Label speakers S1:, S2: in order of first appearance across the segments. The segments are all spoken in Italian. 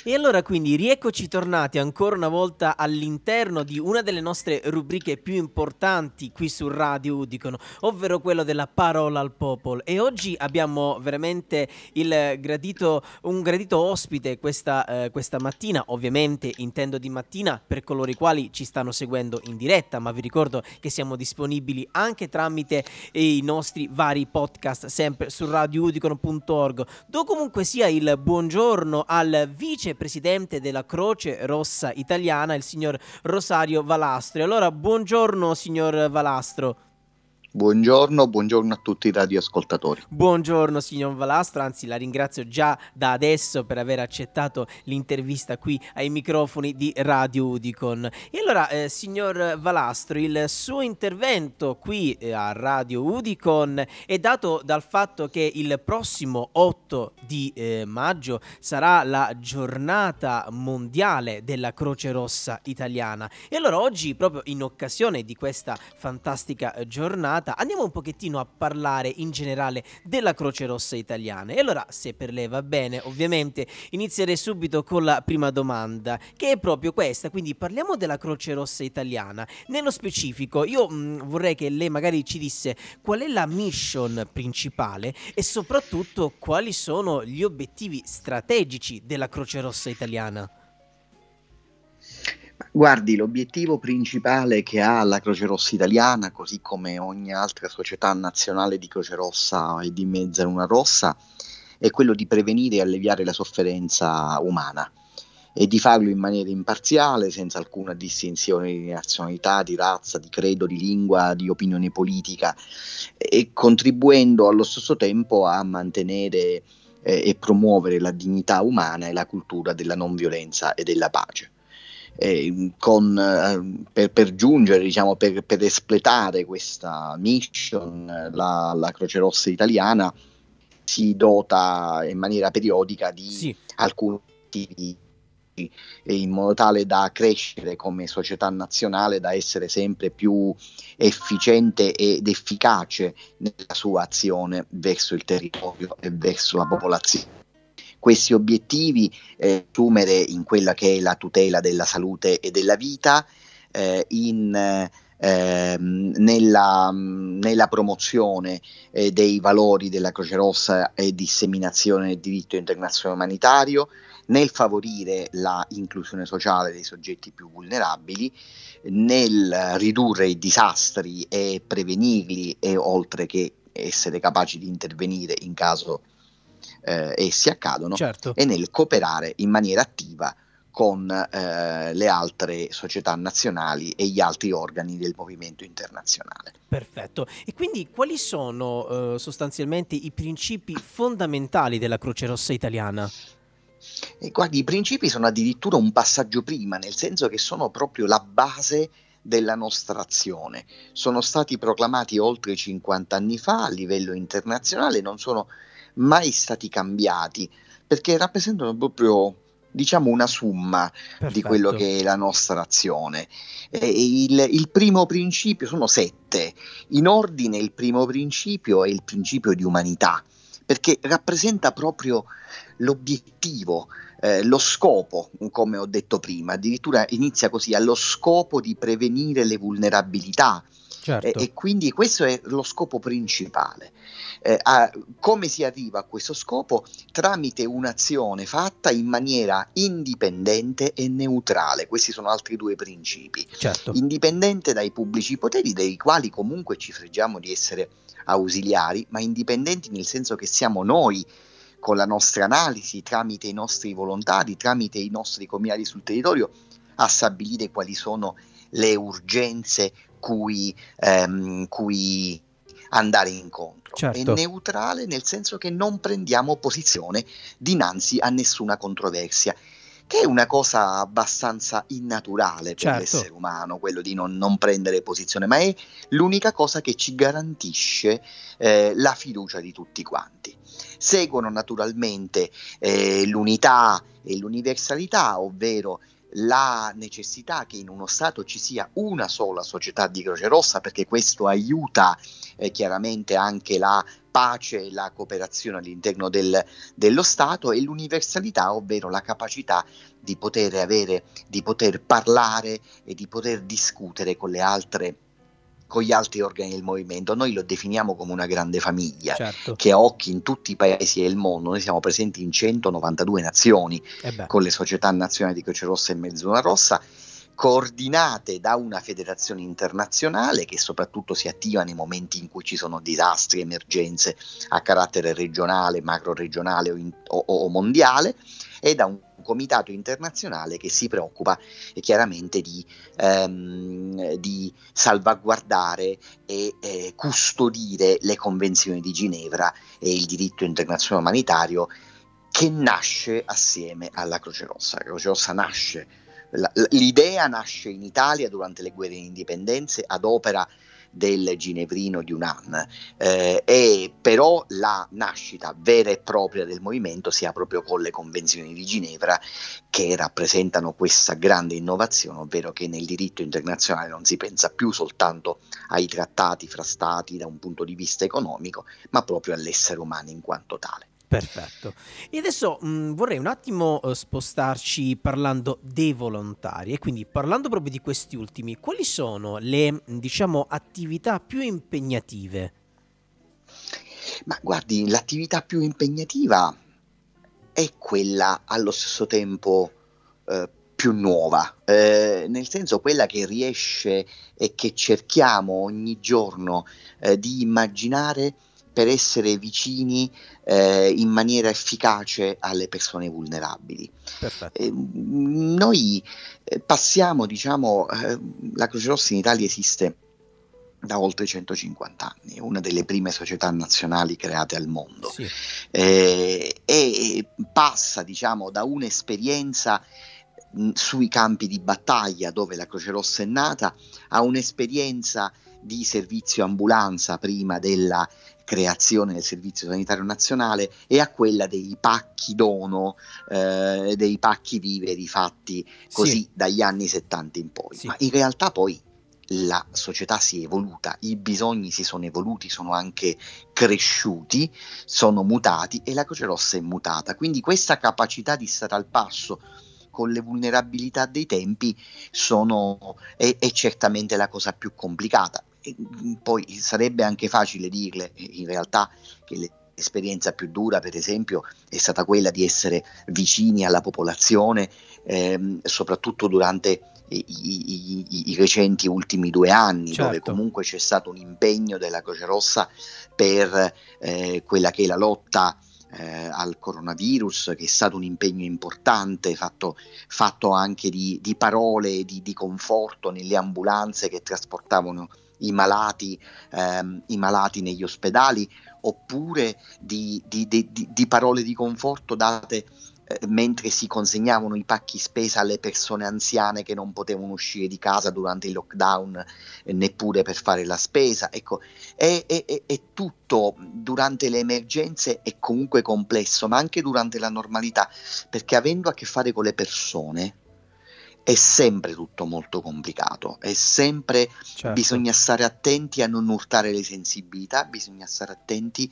S1: E allora quindi rieccoci tornati ancora una volta all'interno di una delle nostre rubriche più importanti qui su Radio Udicon, ovvero quello della parola al popolo. E oggi abbiamo veramente un gradito ospite questa mattina, ovviamente intendo di mattina per coloro i quali ci stanno seguendo in diretta, ma vi ricordo che siamo disponibili anche tramite i nostri vari podcast sempre su radioudicon.org. Do comunque sia il buongiorno al vicepresidente della Croce Rossa Italiana, il signor Rosario Valastro. E allora, buongiorno signor Valastro.
S2: Buongiorno a tutti i radioascoltatori.
S1: Buongiorno signor Valastro, anzi la ringrazio già da adesso per aver accettato l'intervista qui ai microfoni di Radio Udicon. E allora signor Valastro, il suo intervento qui a Radio Udicon è dato dal fatto che il prossimo 8 di maggio sarà la giornata mondiale della Croce Rossa Italiana. E allora oggi, proprio in occasione di questa fantastica giornata, andiamo un pochettino a parlare in generale della Croce Rossa Italiana. E allora, se per lei va bene, ovviamente inizierei subito con la prima domanda, che è proprio questa. Quindi parliamo della Croce Rossa Italiana. Nello specifico, io vorrei che lei magari ci disse qual è la mission principale e soprattutto quali sono gli obiettivi strategici della Croce Rossa Italiana.
S2: Guardi, l'obiettivo principale che ha la Croce Rossa Italiana, così come ogni altra società nazionale di Croce Rossa e di Mezzaluna Rossa, è quello di prevenire e alleviare la sofferenza umana e di farlo in maniera imparziale, senza alcuna distinzione di nazionalità, di razza, di credo, di lingua, di opinione politica, e contribuendo allo stesso tempo a mantenere e promuovere la dignità umana e la cultura della non violenza e della pace. Per giungere, diciamo, per espletare questa mission, la Croce Rossa Italiana si dota in maniera periodica di alcuni obiettivi, in modo tale da crescere come società nazionale, da essere sempre più efficiente ed efficace nella sua azione verso il territorio e verso la popolazione. Questi obiettivi assumere in quella che è la tutela della salute e della vita, nella promozione dei valori della Croce Rossa e disseminazione del diritto internazionale umanitario, nel favorire la inclusione sociale dei soggetti più vulnerabili, nel ridurre i disastri e prevenirli, e oltre che essere capaci di intervenire in caso essi accadono,
S1: Certo.
S2: E nel cooperare in maniera attiva con le altre società nazionali e gli altri organi del movimento internazionale.
S1: Perfetto. E quindi quali sono sostanzialmente i principi fondamentali della Croce Rossa Italiana?
S2: E guardi, i principi sono addirittura un passaggio prima, nel senso che sono proprio la base della nostra azione. Sono stati proclamati oltre 50 anni fa a livello internazionale, non sono mai stati cambiati, perché rappresentano proprio, diciamo, una summa di quello
S1: Perfetto.
S2: che è la nostra azione. Il primo principio, sono 7 in ordine. Il primo principio è il principio di umanità, perché rappresenta proprio l'obiettivo, lo scopo, come ho detto prima. Addirittura inizia così: allo scopo di prevenire le vulnerabilità.
S1: Certo.
S2: E quindi questo è lo scopo principale. Come si arriva a questo scopo? Tramite un'azione fatta in maniera indipendente e neutrale. Questi sono altri 2 principi.
S1: Certo.
S2: Indipendente dai pubblici poteri, dei quali comunque ci freggiamo di essere ausiliari, ma indipendenti nel senso che siamo noi, con la nostra analisi, tramite i nostri volontari, tramite i nostri commissari sul territorio, a stabilire quali sono le urgenze cui andare incontro.
S1: Certo.
S2: È neutrale nel senso che non prendiamo posizione dinanzi a nessuna controversia, che è una cosa abbastanza innaturale per l'essere umano, quello di non prendere posizione, ma è l'unica cosa che ci garantisce la fiducia di tutti quanti. Seguono naturalmente l'unità e l'universalità, ovvero la necessità che in uno Stato ci sia una sola società di Croce Rossa, perché questo aiuta chiaramente anche la pace e la cooperazione all'interno dello Stato, e l'universalità, ovvero la capacità di poter avere, di poter parlare e di poter discutere con gli altri organi del movimento. Noi lo definiamo come una grande famiglia
S1: Certo.
S2: che ha occhi in tutti i paesi del mondo. Noi siamo presenti in 192 nazioni con le società nazionali di Croce Rossa e Mezzaluna Rossa, coordinate da una federazione internazionale che soprattutto si attiva nei momenti in cui ci sono disastri, emergenze a carattere regionale, macro regionale o mondiale, e da un comitato internazionale che si preoccupa chiaramente di salvaguardare e custodire le convenzioni di Ginevra e il diritto internazionale umanitario, che nasce assieme alla Croce Rossa. La Croce Rossa nasce, l'idea nasce in Italia durante le guerre di indipendenza ad opera del ginevrino di Dunant, e però la nascita vera e propria del movimento si ha proprio con le convenzioni di Ginevra, che rappresentano questa grande innovazione, ovvero che nel diritto internazionale non si pensa più soltanto ai trattati fra stati da un punto di vista economico, ma proprio all'essere umano in quanto tale.
S1: Perfetto. E adesso vorrei un attimo spostarci parlando dei volontari, e quindi parlando proprio di questi ultimi, quali sono le, diciamo, attività più impegnative?
S2: Ma guardi, l'attività più impegnativa è quella allo stesso tempo più nuova, nel senso quella che riesce e che cerchiamo ogni giorno di immaginare per essere vicini in maniera efficace alle persone vulnerabili.
S1: Perfetto.
S2: Noi passiamo, diciamo, la Croce Rossa in Italia esiste da oltre 150 anni, è una delle prime società nazionali create al mondo,
S1: Sì.
S2: E passa, diciamo, da un'esperienza sui campi di battaglia, dove la Croce Rossa è nata, a un'esperienza di servizio ambulanza prima della creazione del Servizio Sanitario Nazionale, e a quella dei pacchi dono, dei pacchi viveri fatti così
S1: Sì.
S2: dagli anni 70 in poi.
S1: Sì.
S2: Ma in realtà poi la società si è evoluta, i bisogni si sono evoluti, sono anche cresciuti, sono mutati, e la Croce Rossa è mutata. Quindi questa capacità di stare al passo con le vulnerabilità dei tempi è certamente la cosa più complicata. E poi sarebbe anche facile dirle, in realtà, che l'esperienza più dura, per esempio, è stata quella di essere vicini alla popolazione, soprattutto durante i recenti ultimi 2 anni,
S1: Certo.
S2: dove comunque c'è stato un impegno della Croce Rossa per quella che è la lotta al coronavirus, che è stato un impegno importante, fatto anche di parole e di conforto nelle ambulanze che trasportavano i malati negli ospedali, oppure di parole di conforto date mentre si consegnavano i pacchi spesa alle persone anziane che non potevano uscire di casa durante il lockdown, neppure per fare la spesa. Ecco, è tutto durante le emergenze è comunque complesso, ma anche durante la normalità, perché avendo a che fare con le persone è sempre tutto molto complicato, è sempre, bisogna stare attenti a non urtare le sensibilità, bisogna stare attenti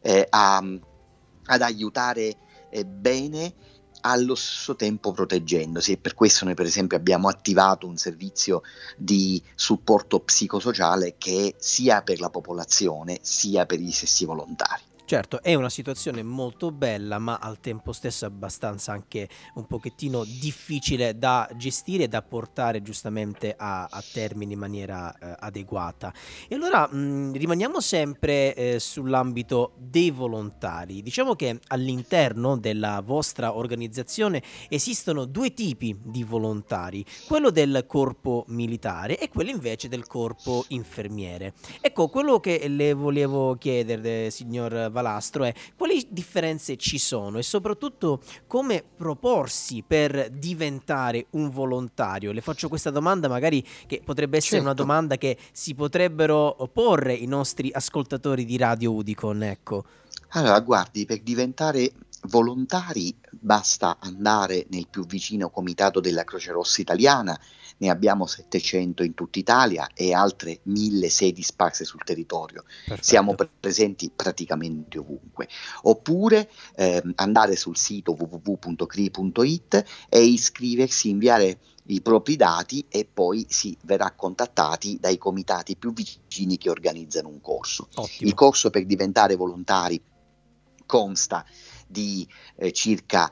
S2: ad aiutare bene, allo stesso tempo proteggendosi, e per questo noi per esempio abbiamo attivato un servizio di supporto psicosociale che è sia per la popolazione sia per i stessi volontari.
S1: Certo, è una situazione molto bella, ma al tempo stesso abbastanza anche un pochettino difficile da gestire e da portare giustamente a termine in maniera adeguata. E allora rimaniamo sempre sull'ambito dei volontari. Diciamo che all'interno della vostra organizzazione esistono 2 tipi di volontari, quello del corpo militare e quello invece del corpo infermiere. Ecco, quello che le volevo chiedere, signor Valastro, è quali differenze ci sono e soprattutto come proporsi per diventare un volontario. Le faccio questa domanda, magari che potrebbe essere una domanda che si potrebbero porre i nostri ascoltatori di Radio Udicon, ecco.
S2: Allora, guardi, per diventare volontari basta andare nel più vicino comitato della Croce Rossa Italiana, ne abbiamo 700 in tutta Italia e altre 1000 sedi sparse sul territorio. Siamo
S1: Perfetto.
S2: presenti praticamente ovunque. Oppure andare sul sito www.cri.it e iscriversi, inviare i propri dati e poi si verrà contattati dai comitati più vicini che organizzano un corso. Il
S1: Ottimo.
S2: corso per diventare volontari consta di circa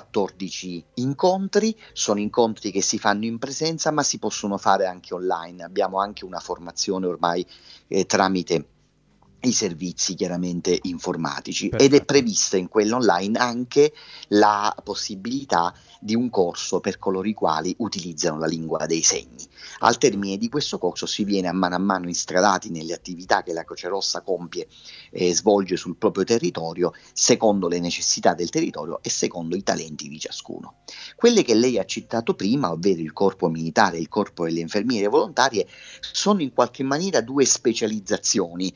S2: 14 incontri, sono incontri che si fanno in presenza ma si possono fare anche online, abbiamo anche una formazione ormai tramite i servizi chiaramente informatici ed è
S1: Perfetto.
S2: prevista in quello online anche la possibilità di un corso per coloro i quali utilizzano la lingua dei segni. Al
S1: Ottimo.
S2: termine di questo corso si viene a mano instradati nelle attività che la Croce Rossa compie e svolge sul proprio territorio secondo le necessità del territorio e secondo i talenti di ciascuno. Quelle che lei ha citato prima, ovvero il corpo militare e il corpo delle infermiere volontarie, sono in qualche maniera due specializzazioni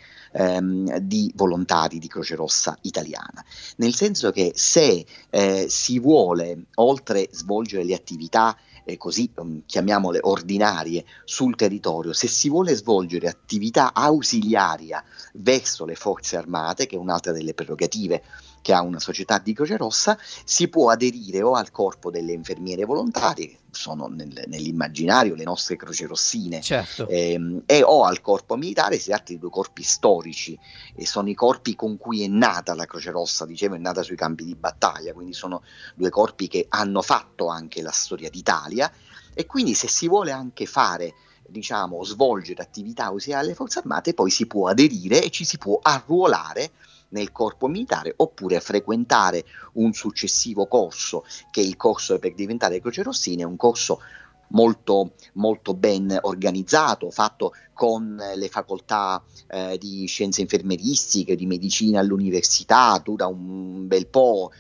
S2: di volontari di Croce Rossa Italiana, nel senso che se si vuole, oltre svolgere le attività così chiamiamole ordinarie sul territorio, se si vuole svolgere attività ausiliaria verso le forze armate, che è un'altra delle prerogative che ha una società di Croce Rossa, si può aderire o al corpo delle infermiere volontarie, che sono nell'immaginario le nostre crocerossine,
S1: Certo.
S2: e o al corpo militare. Si tratta di due corpi storici e sono i corpi con cui è nata la Croce Rossa, dicevo, è nata sui campi di battaglia, quindi sono due corpi che hanno fatto anche la storia d'Italia e quindi se si vuole anche fare, diciamo, svolgere attività ausiliari alle forze armate, poi si può aderire e ci si può arruolare nel corpo militare oppure frequentare un successivo corso, che è il corso per diventare crocerossine, è un corso molto, molto ben organizzato, fatto con le facoltà di scienze infermieristiche, di medicina all'università, dura un bel po',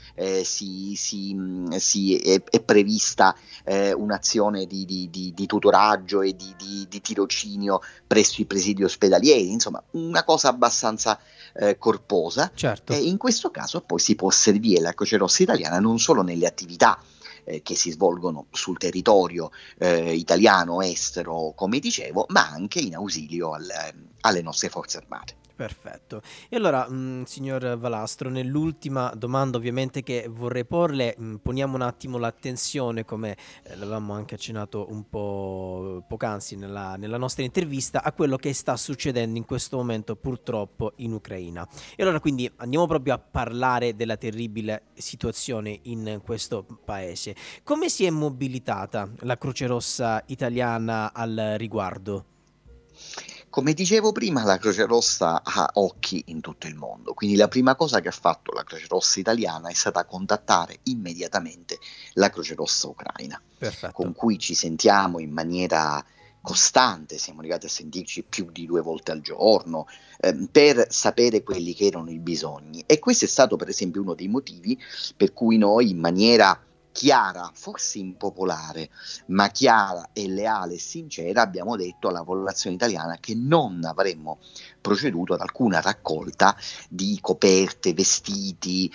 S2: è prevista un'azione di tutoraggio e di tirocinio presso i presidi ospedalieri, insomma una cosa abbastanza corposa. E
S1: Certo.
S2: in questo caso poi si può servire la Croce Rossa Italiana non solo nelle attività che si svolgono sul territorio italiano, estero, come dicevo, ma anche in ausilio alle nostre forze armate.
S1: Perfetto. E allora, signor Valastro, nell'ultima domanda ovviamente che vorrei porle, poniamo un attimo l'attenzione, come l'avevamo anche accennato un po' poc'anzi nella nostra intervista, a quello che sta succedendo in questo momento purtroppo in Ucraina. E allora quindi andiamo proprio a parlare della terribile situazione in questo paese. Come si è mobilitata la Croce Rossa italiana al riguardo?
S2: Come dicevo prima, la Croce Rossa ha occhi in tutto il mondo, quindi la prima cosa che ha fatto la Croce Rossa italiana è stata contattare immediatamente la Croce Rossa ucraina, con
S1: Perfetto.
S2: cui ci sentiamo in maniera costante, siamo arrivati a sentirci più di 2 volte al giorno, per sapere quelli che erano i bisogni. E questo è stato per esempio uno dei motivi per cui noi in maniera chiara, forse impopolare, ma chiara e leale e sincera, abbiamo detto alla popolazione italiana che non avremmo proceduto ad alcuna raccolta di coperte, vestiti,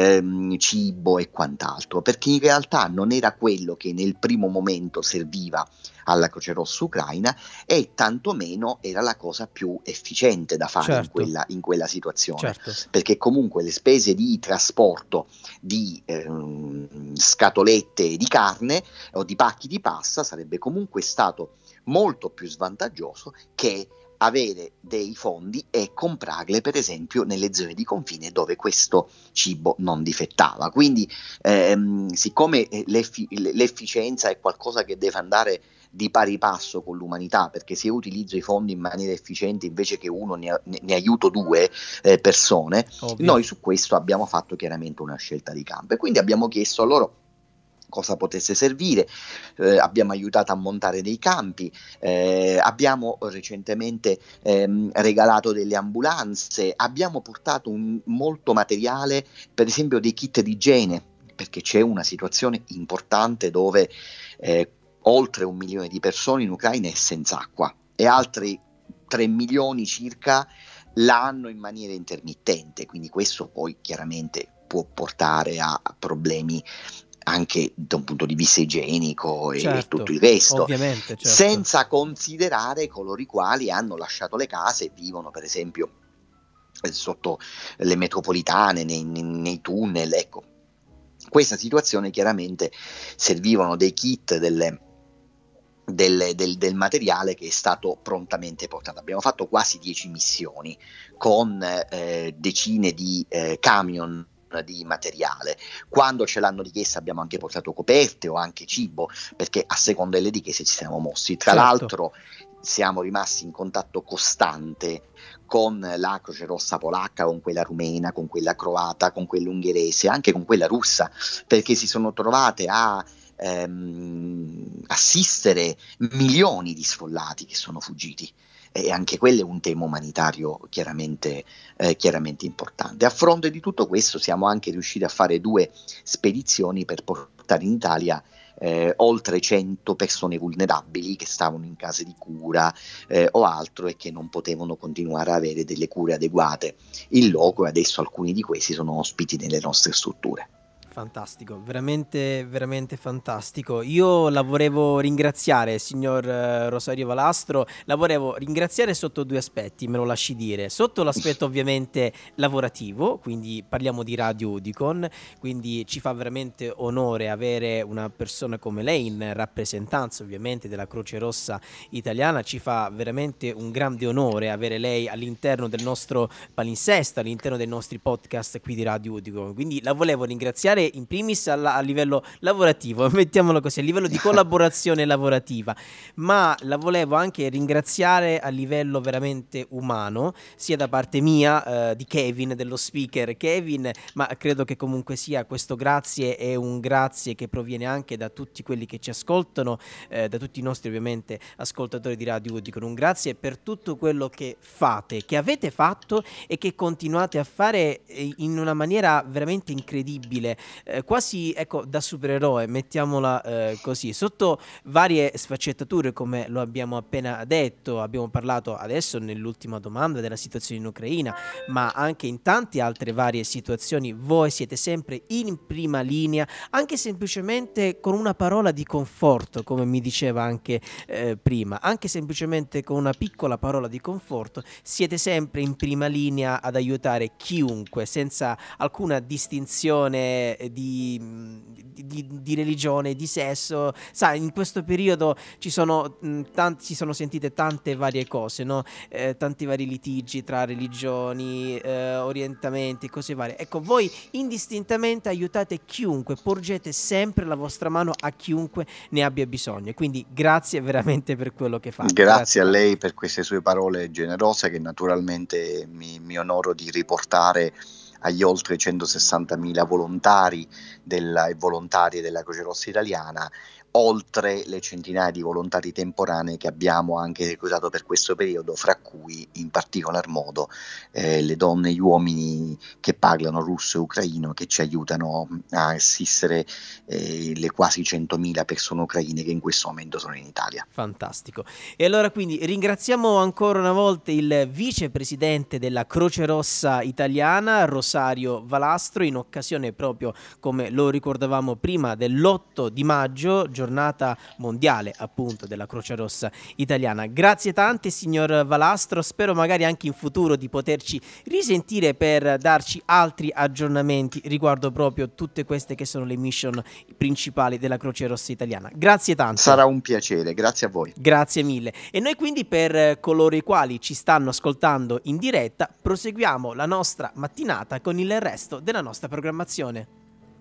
S2: cibo e quant'altro, perché in realtà non era quello che nel primo momento serviva alla Croce Rossa ucraina e tantomeno era la cosa più efficiente da fare
S1: Certo,
S2: in quella situazione,
S1: certo.
S2: perché comunque le spese di trasporto di scatolette di carne o di pacchi di pasta sarebbe comunque stato molto più svantaggioso che avere dei fondi e comprarle per esempio nelle zone di confine dove questo cibo non difettava. Quindi siccome l'efficienza è qualcosa che deve andare di pari passo con l'umanità, perché se io utilizzo i fondi in maniera efficiente invece che uno ne aiuto due persone,
S1: Ovvio.
S2: noi su questo abbiamo fatto chiaramente una scelta di campo e quindi abbiamo chiesto a loro cosa potesse servire, abbiamo aiutato a montare dei campi, abbiamo recentemente regalato delle ambulanze, abbiamo portato molto materiale, per esempio dei kit di igiene, perché c'è una situazione importante dove oltre 1 milione di persone in Ucraina è senza acqua e
S1: Certo.
S2: altri 3 milioni circa l'hanno in maniera intermittente, quindi questo poi chiaramente può portare a problemi anche da un punto di vista igienico e tutto il resto,
S1: ovviamente, certo.
S2: Senza considerare coloro i quali hanno lasciato le case e vivono per esempio sotto le metropolitane, nei tunnel, ecco. Questa situazione chiaramente servivano dei kit, del materiale che è stato prontamente portato. Abbiamo fatto quasi 10 missioni con decine di camion di materiale. Quando ce l'hanno richiesto abbiamo anche portato coperte o anche cibo, perché a seconda delle richieste ci siamo mossi. Tra l'altro siamo rimasti in contatto costante con la Croce Rossa polacca, con quella rumena, con quella croata, con quella ungherese, anche con quella russa, perché si sono trovate a assistere milioni di sfollati che sono fuggiti, e anche quello è un tema umanitario chiaramente importante. A fronte di tutto questo siamo anche riusciti a fare 2 spedizioni per portare in Italia oltre 100 persone vulnerabili che stavano in case di cura o altro e che non potevano continuare a avere delle cure adeguate in loco, e adesso alcuni di questi sono ospiti nelle nostre strutture.
S1: Fantastico, veramente, veramente fantastico. Io la volevo ringraziare, signor Rosario Valastro, la volevo ringraziare sotto 2 aspetti, me lo lasci dire. Sotto l'aspetto ovviamente lavorativo, quindi parliamo di Radio Udicon, quindi ci fa veramente onore avere una persona come lei in rappresentanza ovviamente della Croce Rossa Italiana, ci fa veramente un grande onore avere lei all'interno del nostro palinsesto, all'interno dei nostri podcast qui di Radio Udicon, quindi la volevo ringraziare in primis a livello lavorativo, mettiamolo così, a livello di collaborazione lavorativa, ma la volevo anche ringraziare a livello veramente umano, sia da parte mia, di Kevin, dello speaker Kevin, ma credo che comunque sia questo grazie è un grazie che proviene anche da tutti quelli che ci ascoltano, da tutti i nostri ovviamente ascoltatori di Radio Udicon. Un grazie per tutto quello che fate, che avete fatto e che continuate a fare in una maniera veramente incredibile, quasi ecco da supereroe, mettiamola così, sotto varie sfaccettature, come lo abbiamo appena detto. Abbiamo parlato adesso nell'ultima domanda della situazione in Ucraina, ma anche in tante altre varie situazioni voi siete sempre in prima linea, anche semplicemente con una parola di conforto, come mi diceva anche prima, anche semplicemente con una piccola parola di conforto siete sempre in prima linea ad aiutare chiunque, senza alcuna distinzione di religione, di sesso. Sai, in questo periodo si sono sentite tante varie cose, no? Tanti vari litigi tra religioni, orientamenti, cose varie. Ecco, voi indistintamente aiutate chiunque, porgete sempre la vostra mano a chiunque ne abbia bisogno. Quindi grazie veramente per quello che fate.
S2: Grazie a lei per queste sue parole generose, che naturalmente mi onoro di riportare agli oltre 160.000 volontari e volontarie della Croce Rossa Italiana, oltre le centinaia di volontari temporanei che abbiamo anche reclutato per questo periodo, fra cui in particolar modo le donne e gli uomini che parlano russo e ucraino, che ci aiutano a assistere le quasi 100.000 persone ucraine che in questo momento sono in Italia.
S1: Fantastico. E allora quindi ringraziamo ancora una volta il vicepresidente della Croce Rossa Italiana, Rosario Valastro, in occasione proprio, come lo ricordavamo prima, dell'8 di maggio, giornata mondiale appunto della Croce Rossa Italiana. Grazie tante signor Valastro, spero magari anche in futuro di poterci risentire per darci altri aggiornamenti riguardo proprio tutte queste che sono le mission principali della Croce Rossa Italiana. Grazie tante.
S2: Sarà un piacere, grazie a voi.
S1: Grazie mille. E noi quindi, per coloro i quali ci stanno ascoltando in diretta, proseguiamo la nostra mattinata con il resto della nostra programmazione.